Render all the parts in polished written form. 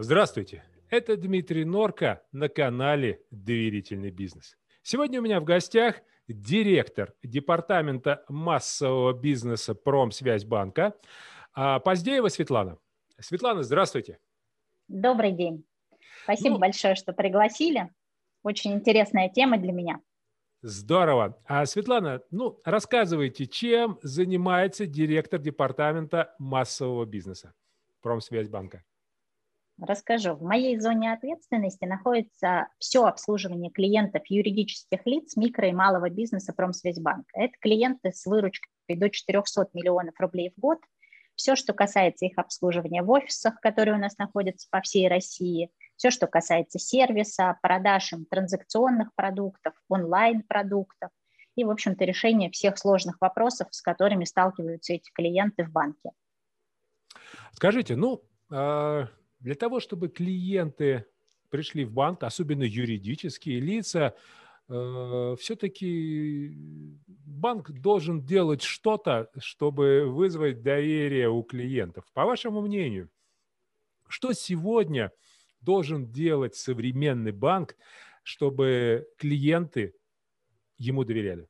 Здравствуйте, это Дмитрий Норка на канале «Доверительный бизнес». Сегодня у меня в гостях директор департамента массового бизнеса Промсвязьбанка Поздеева Светлана. Светлана, здравствуйте. Добрый день. Спасибо Ну, большое, что пригласили. Очень интересная тема для меня. здорово. Светлана, рассказывайте, чем занимается директор департамента массового бизнеса Промсвязьбанка? Расскажу. В моей зоне ответственности находится все обслуживание клиентов юридических лиц микро и малого бизнеса Промсвязьбанка. Это клиенты с выручкой до 400 миллионов рублей в год. Все, что касается их обслуживания в офисах, которые у нас находятся по всей России, все, что касается сервиса, продаж им транзакционных продуктов, онлайн-продуктов и, в общем-то, решения всех сложных вопросов, с которыми сталкиваются эти клиенты в банке. Скажите, для того, чтобы клиенты пришли в банк, особенно юридические лица, все-таки банк должен делать что-то, чтобы вызвать доверие у клиентов. По вашему мнению, что сегодня должен делать современный банк, чтобы клиенты ему доверяли?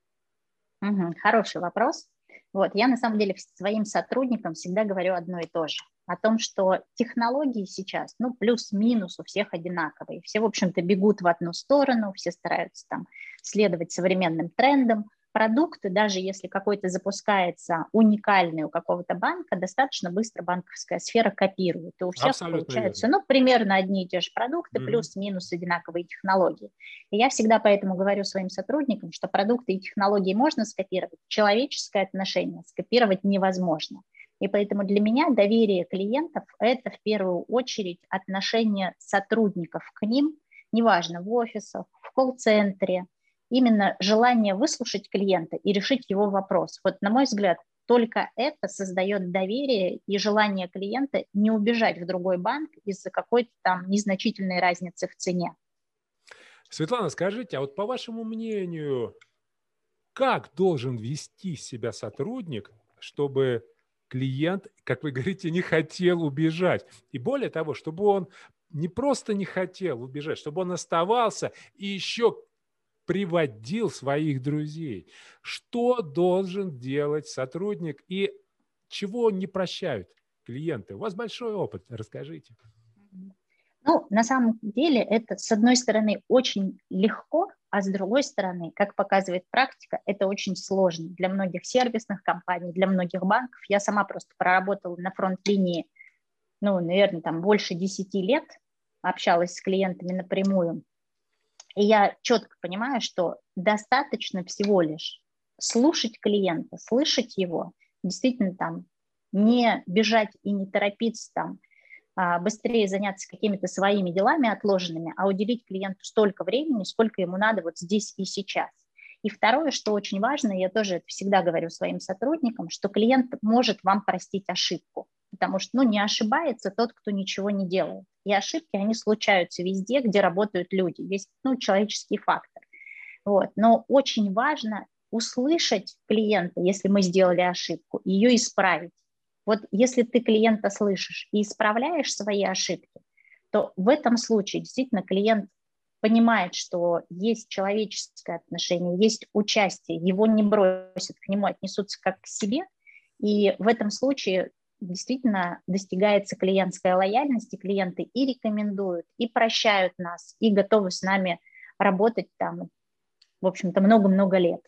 Хороший вопрос. Я на самом деле своим сотрудникам всегда говорю одно и то же. О том, что технологии сейчас, плюс-минус у всех одинаковые. Все, в общем-то, бегут в одну сторону, все стараются там следовать современным трендам. Продукты, даже если какой-то запускается уникальный у какого-то банка, достаточно быстро банковская сфера копирует. И у всех Абсолютно получаются, верно. примерно одни и те же продукты, Мгм. плюс-минус одинаковые технологии. И я всегда поэтому говорю своим сотрудникам, что продукты и технологии можно скопировать, человеческое отношение скопировать невозможно. И поэтому для меня доверие клиентов – это в первую очередь отношение сотрудников к ним, неважно, в офисах, в колл-центре, именно желание выслушать клиента и решить его вопрос. На мой взгляд, только это создает доверие и желание клиента не убежать в другой банк из-за какой-то там незначительной разницы в цене. Светлана, скажите, по вашему мнению, как должен вести себя сотрудник, чтобы клиент, как вы говорите, не хотел убежать? И более того, чтобы он не просто не хотел убежать, чтобы он оставался и еще приводил своих друзей. Что должен делать сотрудник и чего не прощают клиенты? У вас большой опыт, расскажите. На самом деле это, с одной стороны, очень легко, а с другой стороны, как показывает практика, это очень сложно для многих сервисных компаний, для многих банков. Я сама просто проработала на фронт-линии, наверное, там больше 10 лет, общалась с клиентами напрямую. И я четко понимаю, что достаточно всего лишь слушать клиента, слышать его, действительно там не бежать и не торопиться там, быстрее заняться какими-то своими делами отложенными, а уделить клиенту столько времени, сколько ему надо здесь и сейчас. И второе, что очень важно, я тоже это всегда говорю своим сотрудникам, что клиент может вам простить ошибку, потому что не ошибается тот, кто ничего не делает. И ошибки, они случаются везде, где работают люди. Есть человеческий фактор. Но очень важно услышать клиента, если мы сделали ошибку, ее исправить. Если ты клиента слышишь и исправляешь свои ошибки, то в этом случае действительно клиент понимает, что есть человеческое отношение, есть участие, его не бросят, к нему отнесутся как к себе, и в этом случае действительно достигается клиентская лояльность, и клиенты и рекомендуют, и прощают нас, и готовы с нами работать там, в общем-то, много-много лет.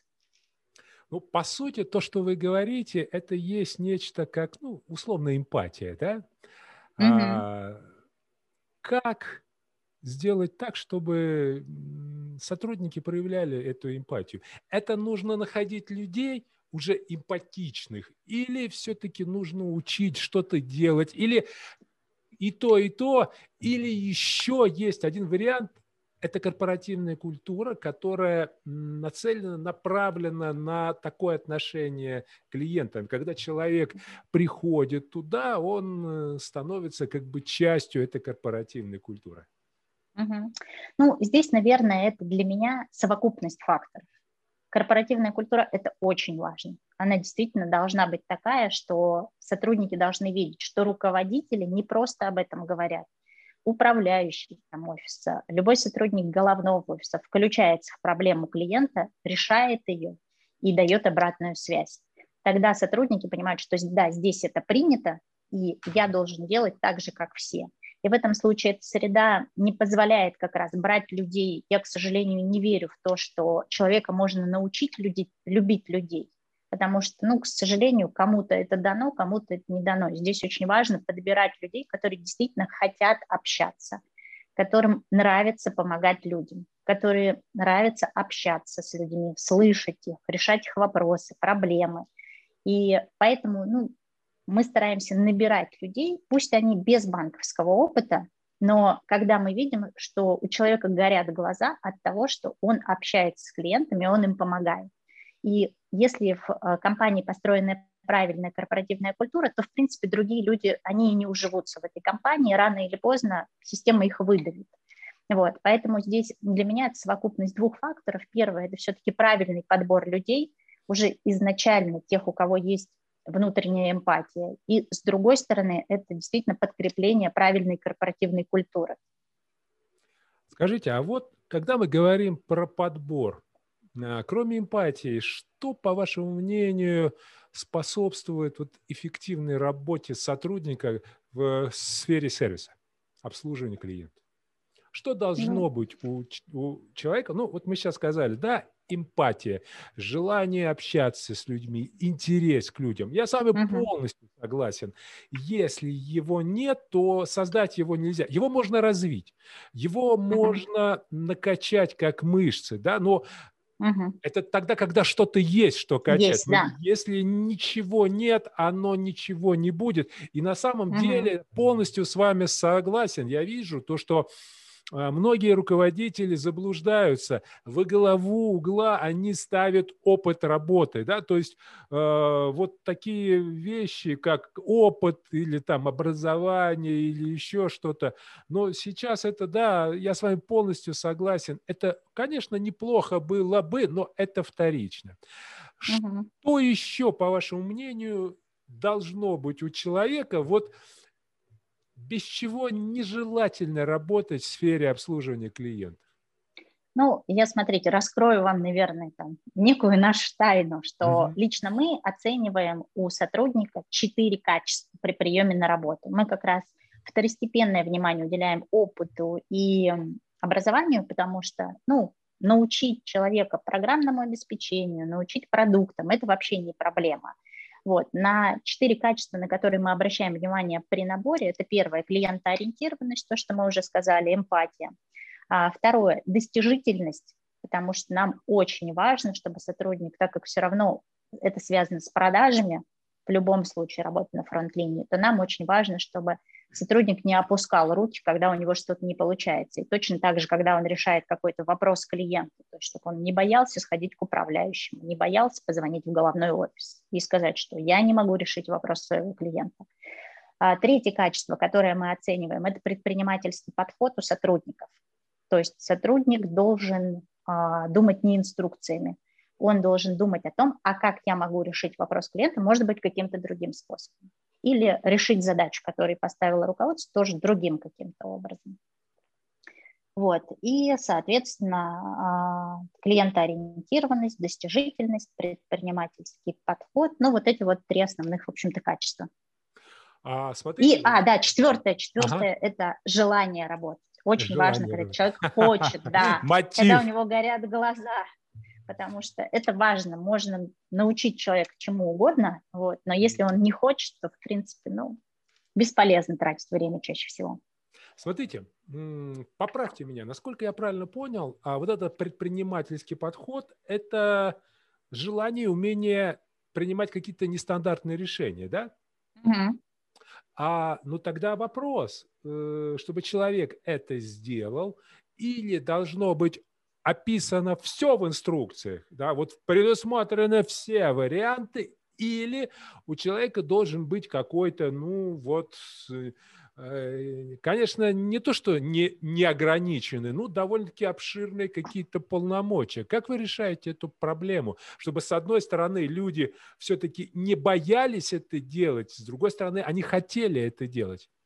По сути, то, что вы говорите, это есть нечто как, условно, эмпатия, да? Как сделать так, чтобы сотрудники проявляли эту эмпатию? Это нужно находить людей уже эмпатичных, или все-таки нужно учить что-то делать, или и то, или еще есть один вариант – это корпоративная культура, которая нацелена, направлена на такое отношение к клиентам. Когда человек приходит туда, он становится как бы частью этой корпоративной культуры. Здесь, наверное, это для меня совокупность факторов. Корпоративная культура – это очень важно. Она действительно должна быть такая, что сотрудники должны видеть, что руководители не просто об этом говорят, управляющий там офиса, любой сотрудник головного офиса включается в проблему клиента, решает ее и дает обратную связь. Тогда сотрудники понимают, что да, здесь это принято, и я должен делать так же, как все. И в этом случае эта среда не позволяет как раз брать людей. Я, к сожалению, не верю в то, что человека можно научить любить людей, потому что, к сожалению, кому-то это дано, кому-то это не дано. Здесь очень важно подбирать людей, которые действительно хотят общаться, которым нравится помогать людям, которые нравится общаться с людьми, слышать их, решать их вопросы, проблемы. И поэтому, мы стараемся набирать людей, пусть они без банковского опыта, но когда мы видим, что у человека горят глаза от того, что он общается с клиентами, он им помогает. И если в компании построена правильная корпоративная культура, то, в принципе, другие люди, они и не уживутся в этой компании, рано или поздно система их выдавит. Вот. Поэтому здесь для меня это совокупность двух факторов. Первое – это все-таки правильный подбор людей, уже изначально тех, у кого есть внутренняя эмпатия. И с другой стороны, это действительно подкрепление правильной корпоративной культуры. Скажите, а вот когда мы говорим про подбор, кроме эмпатии, что, по вашему мнению, способствует эффективной работе сотрудника в сфере сервиса, обслуживания клиентов? Что должно быть у человека? Мы сейчас сказали, да, эмпатия, желание общаться с людьми, интерес к людям. Я с вами полностью согласен. Если его нет, то создать его нельзя. Его можно развить, его можно накачать как мышцы, да, но это тогда, когда что-то есть, что качать. Есть, да. Если ничего нет, оно ничего не будет. И на самом деле полностью с вами согласен. Я вижу то, что многие руководители заблуждаются. Во главу угла они ставят опыт работы. Да? То есть вот такие вещи, как опыт или там образование или еще что-то. Но сейчас это, да, я с вами полностью согласен. Это, конечно, неплохо было бы, но это вторично. Что еще, по вашему мнению, должно быть у человека, без чего нежелательно работать в сфере обслуживания клиентов? Смотрите, раскрою вам, наверное, некую нашу тайну, что лично мы оцениваем у сотрудника 4 качества при приеме на работу. Мы как раз второстепенное внимание уделяем опыту и образованию, потому что, научить человека программному обеспечению, научить продуктам – это вообще не проблема. На 4 качества, на которые мы обращаем внимание при наборе, это первое – клиентоориентированность, то, что мы уже сказали, эмпатия. Второе – достижительность, потому что нам очень важно, чтобы сотрудник, так как все равно это связано с продажами, в любом случае работать на фронт-линии, то нам очень важно, чтобы сотрудник не опускал руки, когда у него что-то не получается. И точно так же, когда он решает какой-то вопрос клиента, то есть чтобы он не боялся сходить к управляющему, не боялся позвонить в головной офис и сказать, что я не могу решить вопрос своего клиента. Третье качество, которое мы оцениваем, это предпринимательский подход у сотрудников. То есть сотрудник должен думать не инструкциями, он должен думать о том, как я могу решить вопрос клиента, может быть, каким-то другим способом. Или решить задачу, которую поставило руководство, тоже другим каким-то образом. И, соответственно, клиентоориентированность, достижительность, предпринимательский подход, эти 3 основных, в общем-то, качества. Смотрите, четвертое это желание работать. Очень важно, когда человек хочет, да, когда у него горят глаза, потому что это важно. Можно научить человека чему угодно, но если он не хочет, то, в принципе, бесполезно тратить время чаще всего. Смотрите, поправьте меня, насколько я правильно понял, этот предпринимательский подход – это желание, умение принимать какие-то нестандартные решения, да? Тогда вопрос, чтобы человек это сделал, или должно быть описано все в инструкциях, да, предусмотрены все варианты, или у человека должен быть какой-то, конечно, не то, что не ограниченный, довольно-таки обширные какие-то полномочия. Как вы решаете эту проблему, чтобы, с одной стороны, люди все-таки не боялись это делать, с другой стороны, они хотели это делать?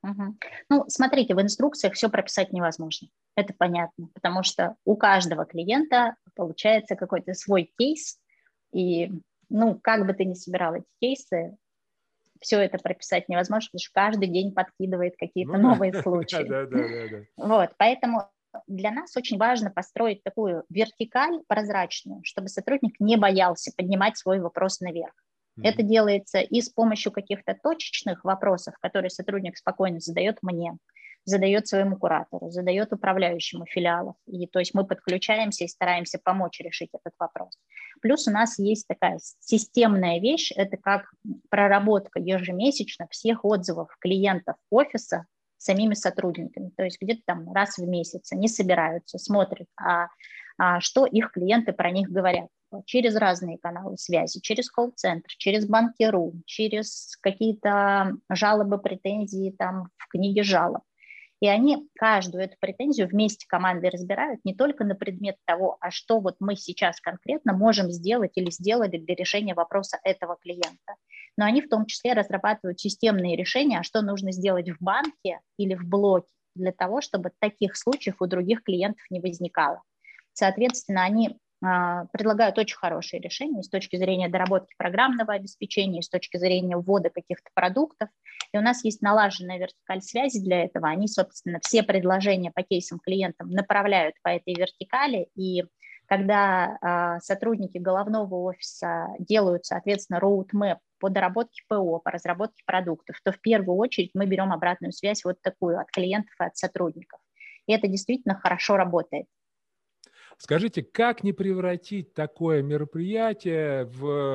Мгм. Ну, смотрите, в инструкциях все прописать невозможно. Это понятно, потому что у каждого клиента получается какой-то свой кейс, и, ну, как бы ты ни собирал эти кейсы, все это прописать невозможно, потому что каждый день подкидывает какие-то Ну да, новые да, случаи. да, да, да, да. Вот, поэтому для нас очень важно построить такую вертикаль прозрачную, чтобы сотрудник не боялся поднимать свой вопрос наверх. Это Мгм. делается и с помощью каких-то точечных вопросов, которые сотрудник спокойно задает мне, задает своему куратору, задает управляющему филиалов. И то есть мы подключаемся и стараемся помочь решить этот вопрос. Плюс у нас есть такая системная вещь, это как проработка ежемесячно всех отзывов клиентов офиса самими сотрудниками. То есть где-то там раз в месяц они собираются, смотрят, что их клиенты про них говорят через разные каналы связи, через колл-центр, через банки.ру, через какие-то жалобы, претензии там в книге жалоб. И они каждую эту претензию вместе командой разбирают не только на предмет того, а что вот мы сейчас конкретно можем сделать или сделали для решения вопроса этого клиента, но они в том числе разрабатывают системные решения, а что нужно сделать в банке или в блоке для того, чтобы таких случаев у других клиентов не возникало. Соответственно, они предлагают очень хорошие решения с точки зрения доработки программного обеспечения, с точки зрения ввода каких-то продуктов. И у нас есть налаженная вертикаль связи для этого. Они, собственно, все предложения по кейсам клиентам направляют по этой вертикали. И когда сотрудники головного офиса делают, соответственно, роудмэп по доработке ПО, по разработке продуктов, то в первую очередь мы берем обратную связь вот такую от клиентов и от сотрудников. И это действительно хорошо работает. Скажите, как не превратить такое мероприятие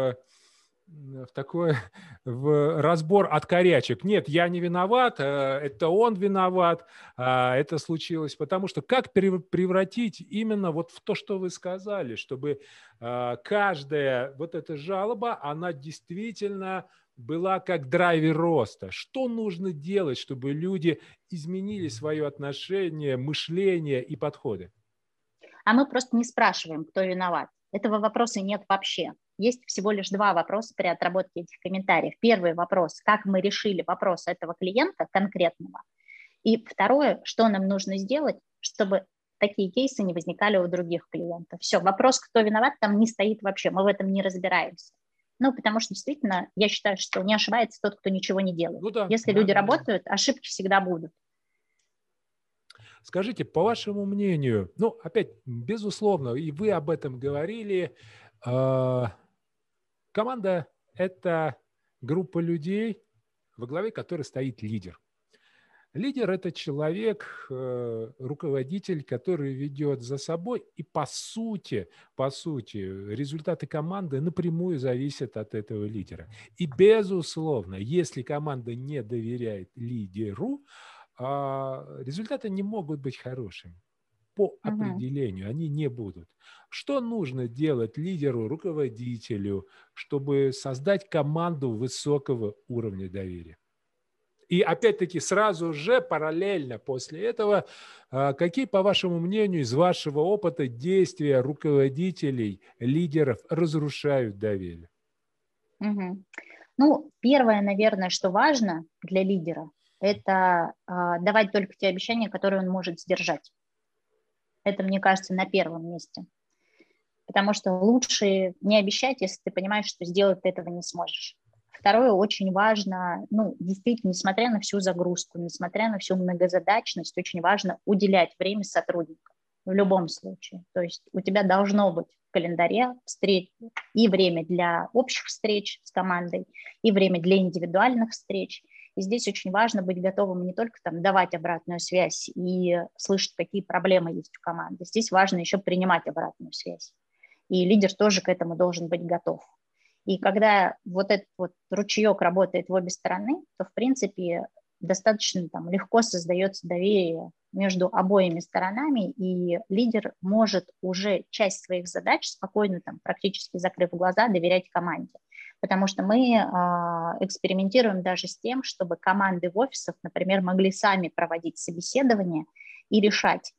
в разбор от корячек? Нет, я не виноват, это он виноват, это случилось. Потому что как превратить именно вот в то, что вы сказали, чтобы каждая вот эта жалоба, она действительно была как драйвер роста. Что нужно делать, чтобы люди изменили свое отношение, мышление и подходы? А мы просто не спрашиваем, кто виноват. Этого вопроса нет вообще. Есть всего лишь два вопроса при отработке этих комментариев. Первый вопрос, как мы решили вопрос этого клиента конкретного. И второе, что нам нужно сделать, чтобы такие кейсы не возникали у других клиентов. Все, вопрос, кто виноват, там не стоит вообще, мы в этом не разбираемся. Ну, потому что действительно, я считаю, что не ошибается тот, кто ничего не делает. Ну да, Если да, люди да, да. работают, ошибки всегда будут. Скажите, по вашему мнению, ну, опять, безусловно, и вы об этом говорили, команда – это группа людей, во главе которой стоит лидер. Лидер – это человек, руководитель, который ведет за собой, и по сути, результаты команды напрямую зависят от этого лидера. И, безусловно, если команда не доверяет лидеру, результаты не могут быть хорошими. По Мгм. определению они не будут. Что нужно делать лидеру, руководителю, чтобы создать команду высокого уровня доверия? И опять-таки сразу же параллельно после этого, какие, по вашему мнению, из вашего опыта действия руководителей, лидеров разрушают доверие? Мгм. Ну, первое, наверное, что важно для лидера, это давать только те обещания, которые он может сдержать. Это, мне кажется, на первом месте. Потому что лучше не обещать, если ты понимаешь, что сделать ты этого не сможешь. Второе, очень важно, ну, действительно, несмотря на всю загрузку, несмотря на всю многозадачность, очень важно уделять время сотрудникам в любом случае. То есть у тебя должно быть в календаре встреч и время для общих встреч с командой, и время для индивидуальных встреч. И здесь очень важно быть готовым не только там, давать обратную связь и слышать, какие проблемы есть у команды. Здесь важно еще принимать обратную связь. И лидер тоже к этому должен быть готов. И когда вот этот вот ручеек работает в обе стороны, то, в принципе, достаточно там, легко создается доверие между обоими сторонами, и лидер может уже часть своих задач спокойно, там, практически закрыв глаза, доверять команде. Потому что мы экспериментируем даже с тем, чтобы команды в офисах, например, могли сами проводить собеседование и решать,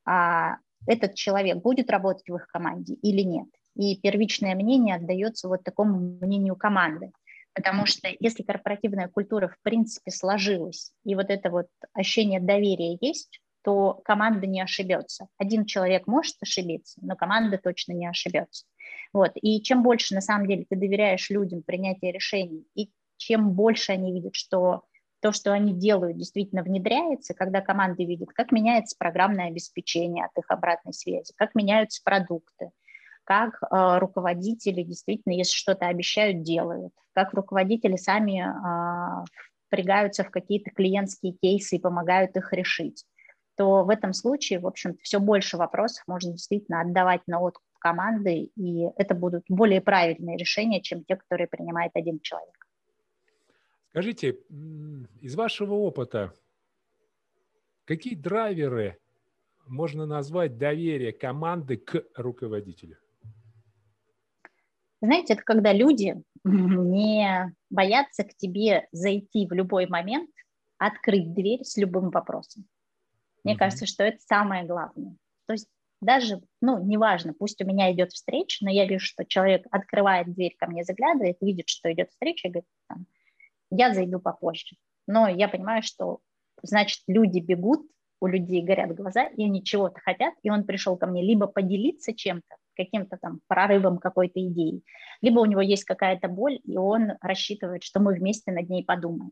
этот человек будет работать в их команде или нет. И первичное мнение отдается вот такому мнению команды. Потому что если корпоративная культура в принципе сложилась, и вот это вот ощущение доверия есть, то команда не ошибется. Один человек может ошибиться, но команда точно не ошибется. Вот. И чем больше на самом деле ты доверяешь людям принятия решений, и чем больше они видят, что то, что они делают, действительно внедряется, когда команды видят, как меняется программное обеспечение от их обратной связи, как меняются продукты, как руководители действительно, если что-то обещают, делают, как руководители сами впрягаются в какие-то клиентские кейсы и помогают их решить, то в этом случае, в общем-то, все больше вопросов можно действительно отдавать на откуп команды, и это будут более правильные решения, чем те, которые принимает один человек. Скажите, из вашего опыта, какие драйверы можно назвать доверие команды к руководителю? Знаете, это когда люди не боятся к тебе зайти в любой момент, открыть дверь с любым вопросом. Мне кажется, что это самое главное. То есть даже, неважно, пусть у меня идет встреча, но я вижу, что человек открывает дверь ко мне, заглядывает, видит, что идет встреча, и говорит, я зайду попозже. Но я понимаю, что, значит, люди бегут, у людей горят глаза, и они чего-то хотят, и он пришел ко мне либо поделиться чем-то, каким-то там прорывом какой-то идеи, либо у него есть какая-то боль, и он рассчитывает, что мы вместе над ней подумаем.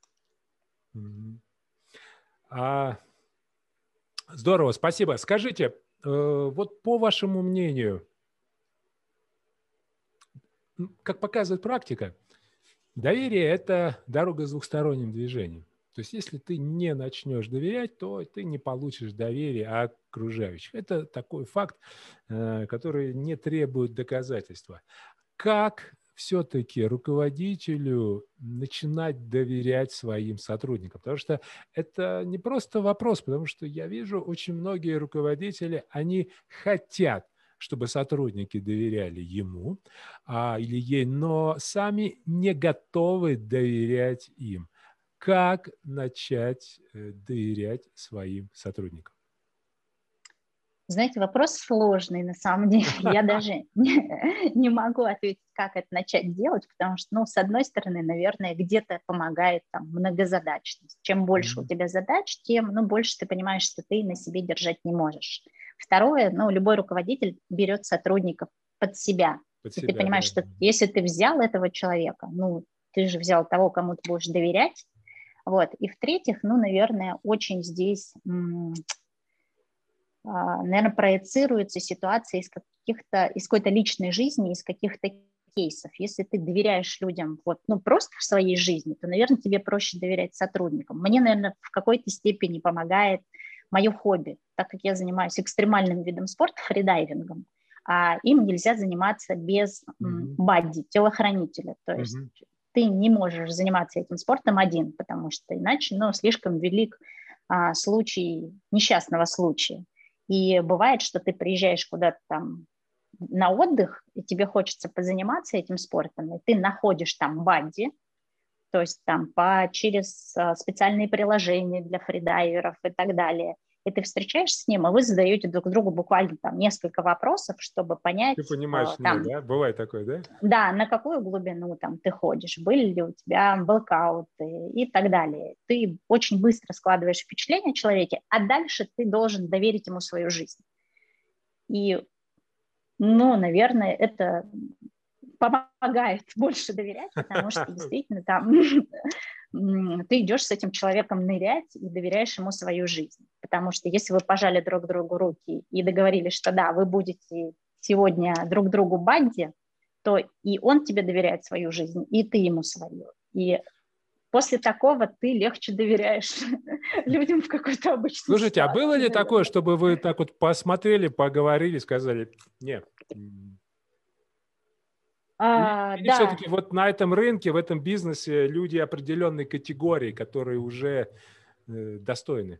Здорово, спасибо. Скажите, вот по вашему мнению, как показывает практика, доверие – это дорога с двухсторонним движением. То есть если ты не начнешь доверять, то ты не получишь доверия окружающих. Это такой факт, который не требует доказательства. Как все-таки руководителю начинать доверять своим сотрудникам? Потому что это не просто вопрос, потому что я вижу очень многие руководители, они хотят, чтобы сотрудники доверяли ему или ей, но сами не готовы доверять им. Как начать доверять своим сотрудникам? Знаете, вопрос сложный на самом деле. Я даже не могу ответить, как это начать делать, потому что, с одной стороны, наверное, где-то помогает там многозадачность. Чем больше у тебя задач, тем больше ты понимаешь, что ты на себе держать не можешь. Второе, любой руководитель берет сотрудников под себя. И ты понимаешь, что если ты взял этого человека, ты же взял того, кому ты будешь доверять. Вот. И в-третьих, наверное, очень здесь... наверное, проецируется ситуация из какой-то личной жизни, из каких-то кейсов. Если ты доверяешь людям просто в своей жизни, то, наверное, тебе проще доверять сотрудникам. Мне, наверное, в какой-то степени помогает мое хобби, так как я занимаюсь экстремальным видом спорта, фридайвингом, а им нельзя заниматься без бадди, телохранителя. То есть ты не можешь заниматься этим спортом один, потому что иначе слишком велик случай несчастного случая. И бывает, что ты приезжаешь куда-то там на отдых, и тебе хочется позаниматься этим спортом, и ты находишь там бадди, то есть там через специальные приложения для фридайверов и так далее. И ты встречаешься с ним, и вы задаете друг другу буквально там несколько вопросов, чтобы понять... Ты понимаешь, да? Бывает такое, да? Да, на какую глубину там ты ходишь, были ли у тебя блэкауты и так далее. Ты очень быстро складываешь впечатление о человеке, а дальше ты должен доверить ему свою жизнь. И, наверное, это помогает больше доверять, потому что действительно там ты идешь с этим человеком нырять и доверяешь ему свою жизнь. Потому что если вы пожали друг другу руки и договорились, что да, вы будете сегодня друг другу бадди, то и он тебе доверяет свою жизнь, и ты ему свою. И после такого ты легче доверяешь людям в какой-то обычной Слушайте, ситуации. А было ли такое, чтобы вы так вот посмотрели, поговорили, сказали, нет? Или да. все-таки вот на этом рынке, в этом бизнесе люди определенной категории, которые уже достойны?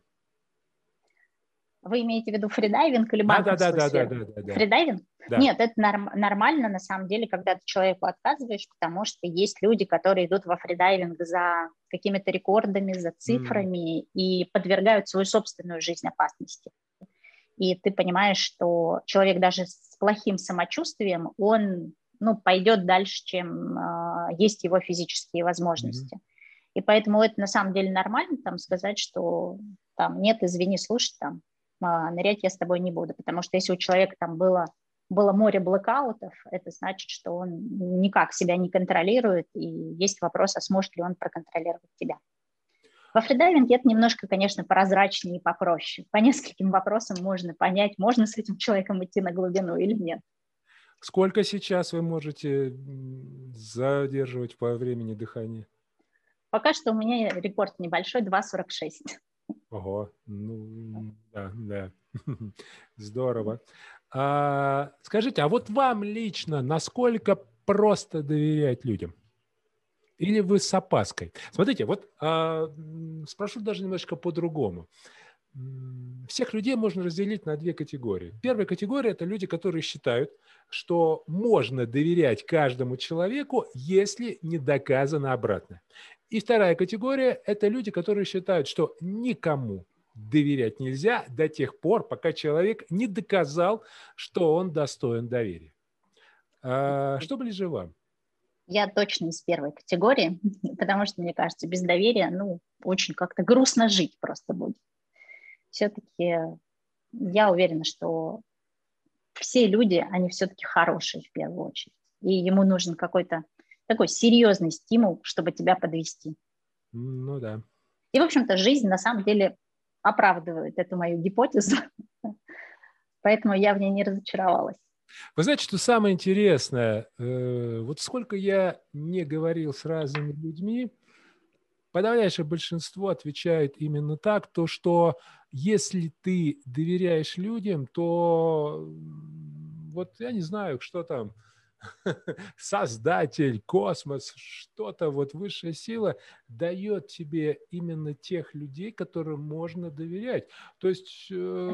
Вы имеете в виду фридайвинг или банковскую сферу? Да. Фридайвинг? Да. Нет, это нормально на самом деле, когда ты человеку отказываешь, потому что есть люди, которые идут во фридайвинг за какими-то рекордами, за цифрами и подвергают свою собственную жизнь опасности. И ты понимаешь, что человек даже с плохим самочувствием, он пойдет дальше, чем есть его физические возможности. И поэтому это на самом деле нормально, там, сказать, что там, нет, извини, слушай, там, нырять я с тобой не буду, потому что если у человека там было море блэкаутов, это значит, что он никак себя не контролирует, и есть вопрос, а сможет ли он проконтролировать тебя. Во фридайвинге это немножко, конечно, прозрачнее и попроще. По нескольким вопросам можно понять, можно с этим человеком идти на глубину или нет. Сколько сейчас вы можете задерживать по времени дыхания? Пока что у меня рекорд небольшой, 2:46. Ого, да. Здорово. Скажите, а вот вам лично насколько просто доверять людям? Или вы с опаской? Смотрите, вот спрошу даже немножко по-другому. Всех людей можно разделить на две категории. Первая категория – это люди, которые считают, что можно доверять каждому человеку, если не доказано обратное. И вторая категория – это люди, которые считают, что никому доверять нельзя до тех пор, пока человек не доказал, что он достоин доверия. Что ближе вам? Я точно из первой категории, потому что, мне кажется, без доверия, очень как-то грустно жить просто будет. Все-таки я уверена, что все люди, они все-таки хорошие в первую очередь. И ему нужен какой-то такой серьезный стимул, чтобы тебя подвести. Ну да. И, в общем-то, жизнь на самом деле оправдывает эту мою гипотезу, поэтому я в ней не разочаровалась. Вы знаете, что самое интересное? Вот сколько я не говорил с разными людьми, подавляющее большинство отвечает именно так, то что если ты доверяешь людям, то вот я не знаю, что там, Создатель, космос, что-то, вот высшая сила дает тебе именно тех людей, которым можно доверять. То есть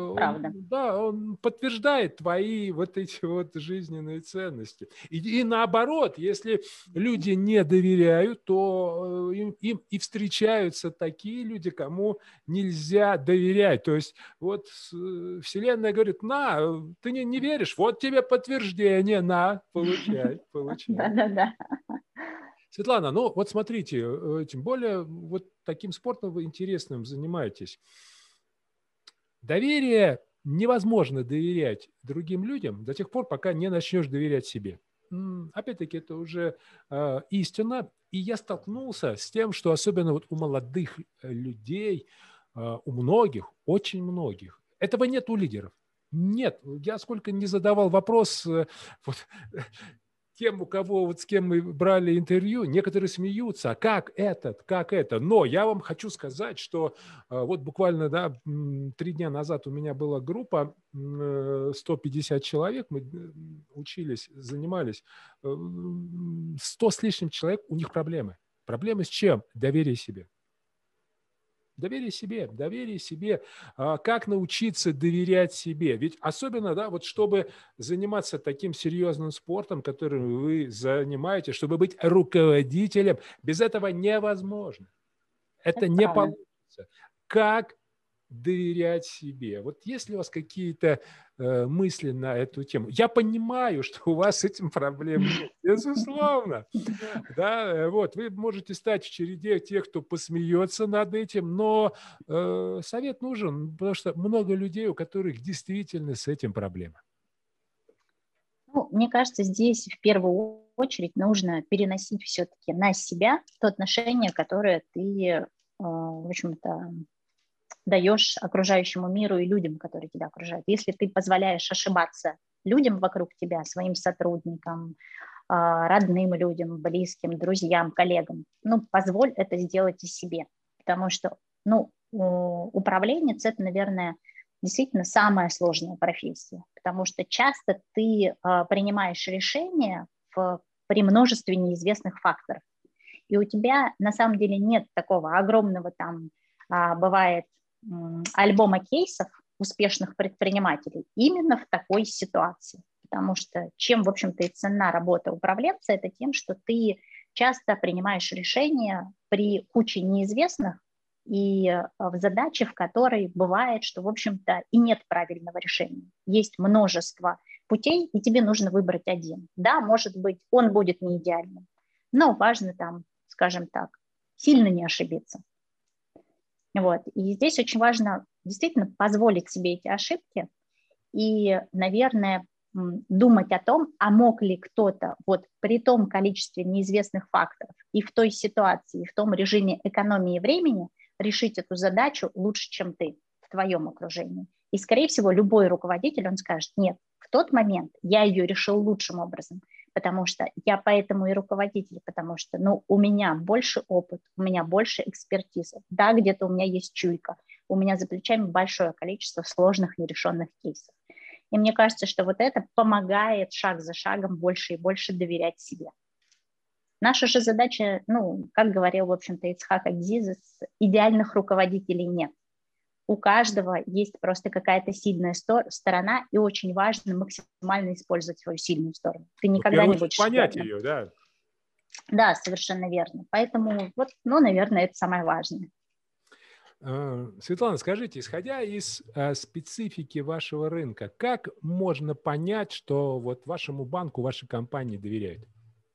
он подтверждает твои вот эти вот жизненные ценности. И наоборот, если люди не доверяют, то им и встречаются такие люди, кому нельзя доверять. То есть вот Вселенная говорит: ты не веришь, вот тебе подтверждение, получай. Да. Светлана, вот смотрите, тем более вот таким спортом вы интересным занимаетесь. Доверие невозможно доверять другим людям до тех пор, пока не начнешь доверять себе. Опять-таки, это уже истина. И я столкнулся с тем, что особенно вот у молодых людей, у многих, очень многих, этого нет у лидеров. Нет, я сколько не задавал вопрос тем, у кого, вот с кем мы брали интервью, некоторые смеются, а как это? Но я вам хочу сказать, что вот буквально 3 дня назад у меня была группа, 150 человек, мы учились, занимались, 100 с лишним человек, у них проблемы. Проблемы с чем? Доверие себе. Доверие себе. Как научиться доверять себе? Ведь особенно, вот чтобы заниматься таким серьезным спортом, которым вы занимаетесь, чтобы быть руководителем, без этого невозможно. Это не получится. Как доверять себе? Вот есть ли у вас какие-то мысли на эту тему? Я понимаю, что у вас с этим проблем нет, безусловно. Да, вот, вы можете стать в череде тех, кто посмеется над этим, но совет нужен, потому что много людей, у которых действительно с этим проблема. Мне кажется, здесь в первую очередь нужно переносить все-таки на себя то отношение, которое ты, в общем-то, даешь окружающему миру и людям, которые тебя окружают. Если ты позволяешь ошибаться людям вокруг тебя, своим сотрудникам, родным людям, близким, друзьям, коллегам, позволь это сделать и себе. Потому что, управленец – это, наверное, действительно самая сложная профессия, потому что часто ты принимаешь решения при множестве неизвестных факторов. И у тебя на самом деле нет такого огромного там, бывает, альбома кейсов успешных предпринимателей именно в такой ситуации. Потому что чем, в общем-то, и ценна работа управленца, это тем, что ты часто принимаешь решения при куче неизвестных и в задаче, в которой бывает, что, в общем-то, и нет правильного решения. Есть множество путей, и тебе нужно выбрать один. Да, может быть, он будет не идеальным, но важно там, скажем так, сильно не ошибиться. Вот. И здесь очень важно действительно позволить себе эти ошибки и, наверное, думать о том, а мог ли кто-то вот при том количестве неизвестных факторов и в той ситуации, и в том режиме экономии времени решить эту задачу лучше, чем ты в твоем окружении. И, скорее всего, любой руководитель, он скажет, нет, в тот момент я ее решил лучшим образом, потому что я поэтому и руководитель, потому что у меня больше опыт, у меня больше экспертизы. Да, где-то у меня есть чуйка, у меня за плечами большое количество сложных нерешенных кейсов. И мне кажется, что вот это помогает шаг за шагом больше и больше доверять себе. Наша же задача, как говорил, в общем-то, Ицхак Азизес, идеальных руководителей нет. У каждого есть просто какая-то сильная сторона, и очень важно максимально использовать свою сильную сторону. Ты никогда не будешь понять идеальным. ее, да. Да, совершенно верно. Поэтому, наверное, это самое важное. Светлана, скажите, исходя из специфики вашего рынка, как можно понять, что вот вашему банку, вашей компании доверяют?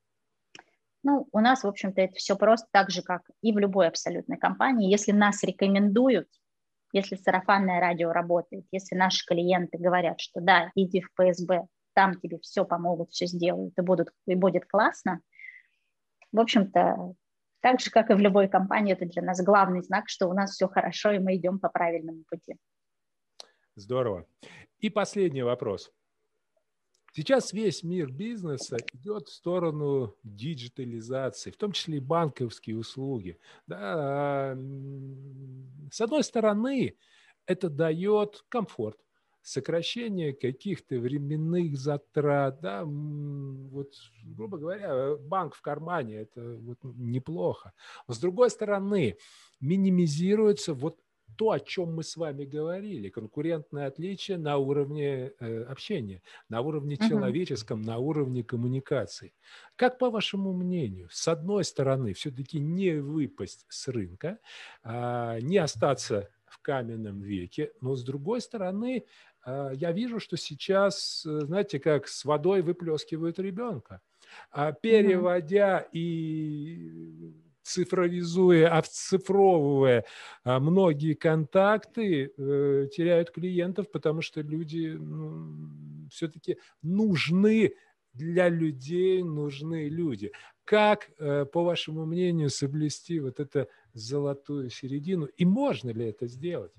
У нас, в общем-то, это все просто так же, как и в любой абсолютной компании. Если нас рекомендуют, если сарафанное радио работает, если наши клиенты говорят, что да, иди в ПСБ, там тебе все помогут, все сделают, и будет классно, в общем-то, так же, как и в любой компании, это для нас главный знак, что у нас все хорошо, и мы идем по правильному пути. Здорово. И последний вопрос. Сейчас весь мир бизнеса идет в сторону диджитализации, в том числе и банковские услуги. Да, с одной стороны, это дает комфорт, сокращение каких-то временных затрат. Да, вот, грубо говоря, банк в кармане – это вот неплохо. Но с другой стороны, минимизируется вот то, о чем мы с вами говорили, конкурентное отличие на уровне общения, на уровне человеческом, на уровне коммуникации. Как, по вашему мнению, с одной стороны, все-таки не выпасть с рынка, не остаться в каменном веке, но с другой стороны, я вижу, что сейчас, знаете, как с водой выплескивают ребенка, переводя и цифровизуя, оцифровывая многие контакты, теряют клиентов, потому что люди все-таки нужны, для людей нужны люди. Как, по вашему мнению, соблюсти вот эту золотую середину? И можно ли это сделать?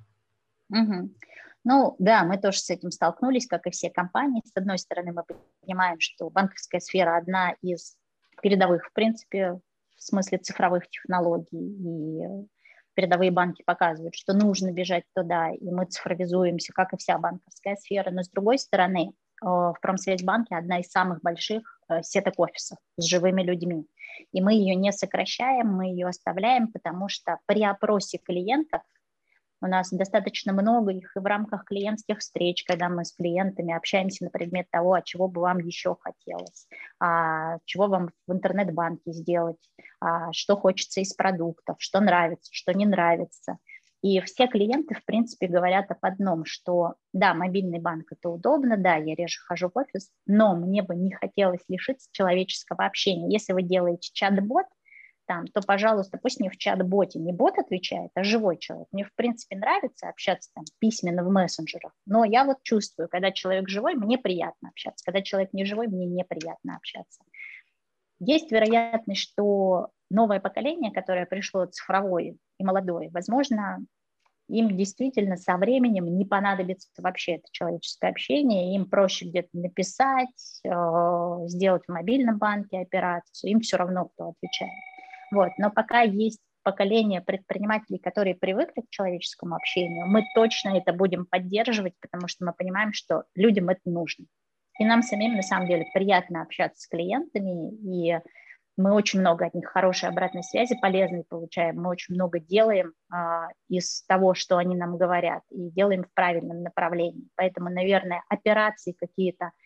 Да, мы тоже с этим столкнулись, как и все компании. С одной стороны, мы понимаем, что банковская сфера одна из передовых, в принципе, в смысле цифровых технологий, и передовые банки показывают, что нужно бежать туда, и мы цифровизуемся, как и вся банковская сфера. Но с другой стороны, в Промсвязьбанке одна из самых больших сеток офисов с живыми людьми. И мы ее не сокращаем, мы ее оставляем, потому что при опросе клиентов у нас достаточно много их и в рамках клиентских встреч, когда мы с клиентами общаемся на предмет того, а чего бы вам еще хотелось, чего вам в интернет-банке сделать, что хочется из продуктов, что нравится, что не нравится. И все клиенты, в принципе, говорят об одном, что да, мобильный банк – это удобно, да, я реже хожу в офис, но мне бы не хотелось лишиться человеческого общения. Если вы делаете чат-бот, то, пожалуйста, пусть мне в чат-боте не бот отвечает, а живой человек. Мне, в принципе, нравится общаться письменно в мессенджерах, но я вот чувствую, когда человек живой, мне приятно общаться, когда человек не живой, мне неприятно общаться. Есть вероятность, что новое поколение, которое пришло цифровое и молодое, возможно, им действительно со временем не понадобится вообще это человеческое общение, им проще где-то написать, сделать в мобильном банке операцию, им все равно, кто отвечает. Но пока есть поколение предпринимателей, которые привыкли к человеческому общению, мы точно это будем поддерживать, потому что мы понимаем, что людям это нужно. И нам самим, на самом деле, приятно общаться с клиентами, и мы очень много от них хорошей обратной связи полезной получаем, мы очень много делаем из того, что они нам говорят, и делаем в правильном направлении. Поэтому, наверное, операции какие-то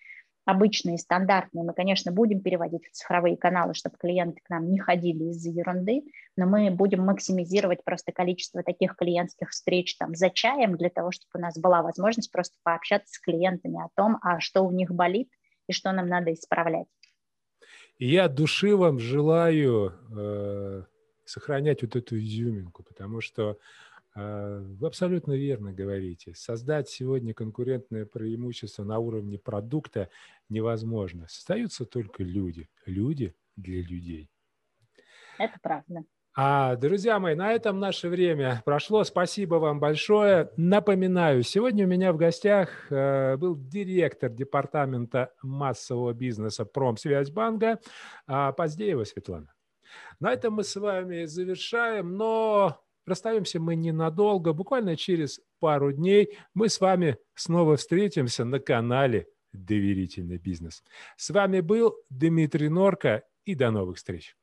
обычные, стандартные, мы, конечно, будем переводить в цифровые каналы, чтобы клиенты к нам не ходили из-за ерунды, но мы будем максимизировать просто количество таких клиентских встреч там за чаем для того, чтобы у нас была возможность просто пообщаться с клиентами о том, а что у них болит и что нам надо исправлять. И я от души вам желаю сохранять вот эту изюминку, потому что вы абсолютно верно говорите. Создать сегодня конкурентное преимущество на уровне продукта невозможно. Остаются только люди. Люди для людей. Это правда. Друзья мои, на этом наше время прошло. Спасибо вам большое. Напоминаю, сегодня у меня в гостях был директор департамента массового бизнеса Промсвязьбанка Поздеева Светлана. На этом мы с вами завершаем, но расстаемся мы ненадолго. Буквально через пару дней мы с вами снова встретимся на канале «Доверительный бизнес». С вами был Дмитрий Норка, и до новых встреч.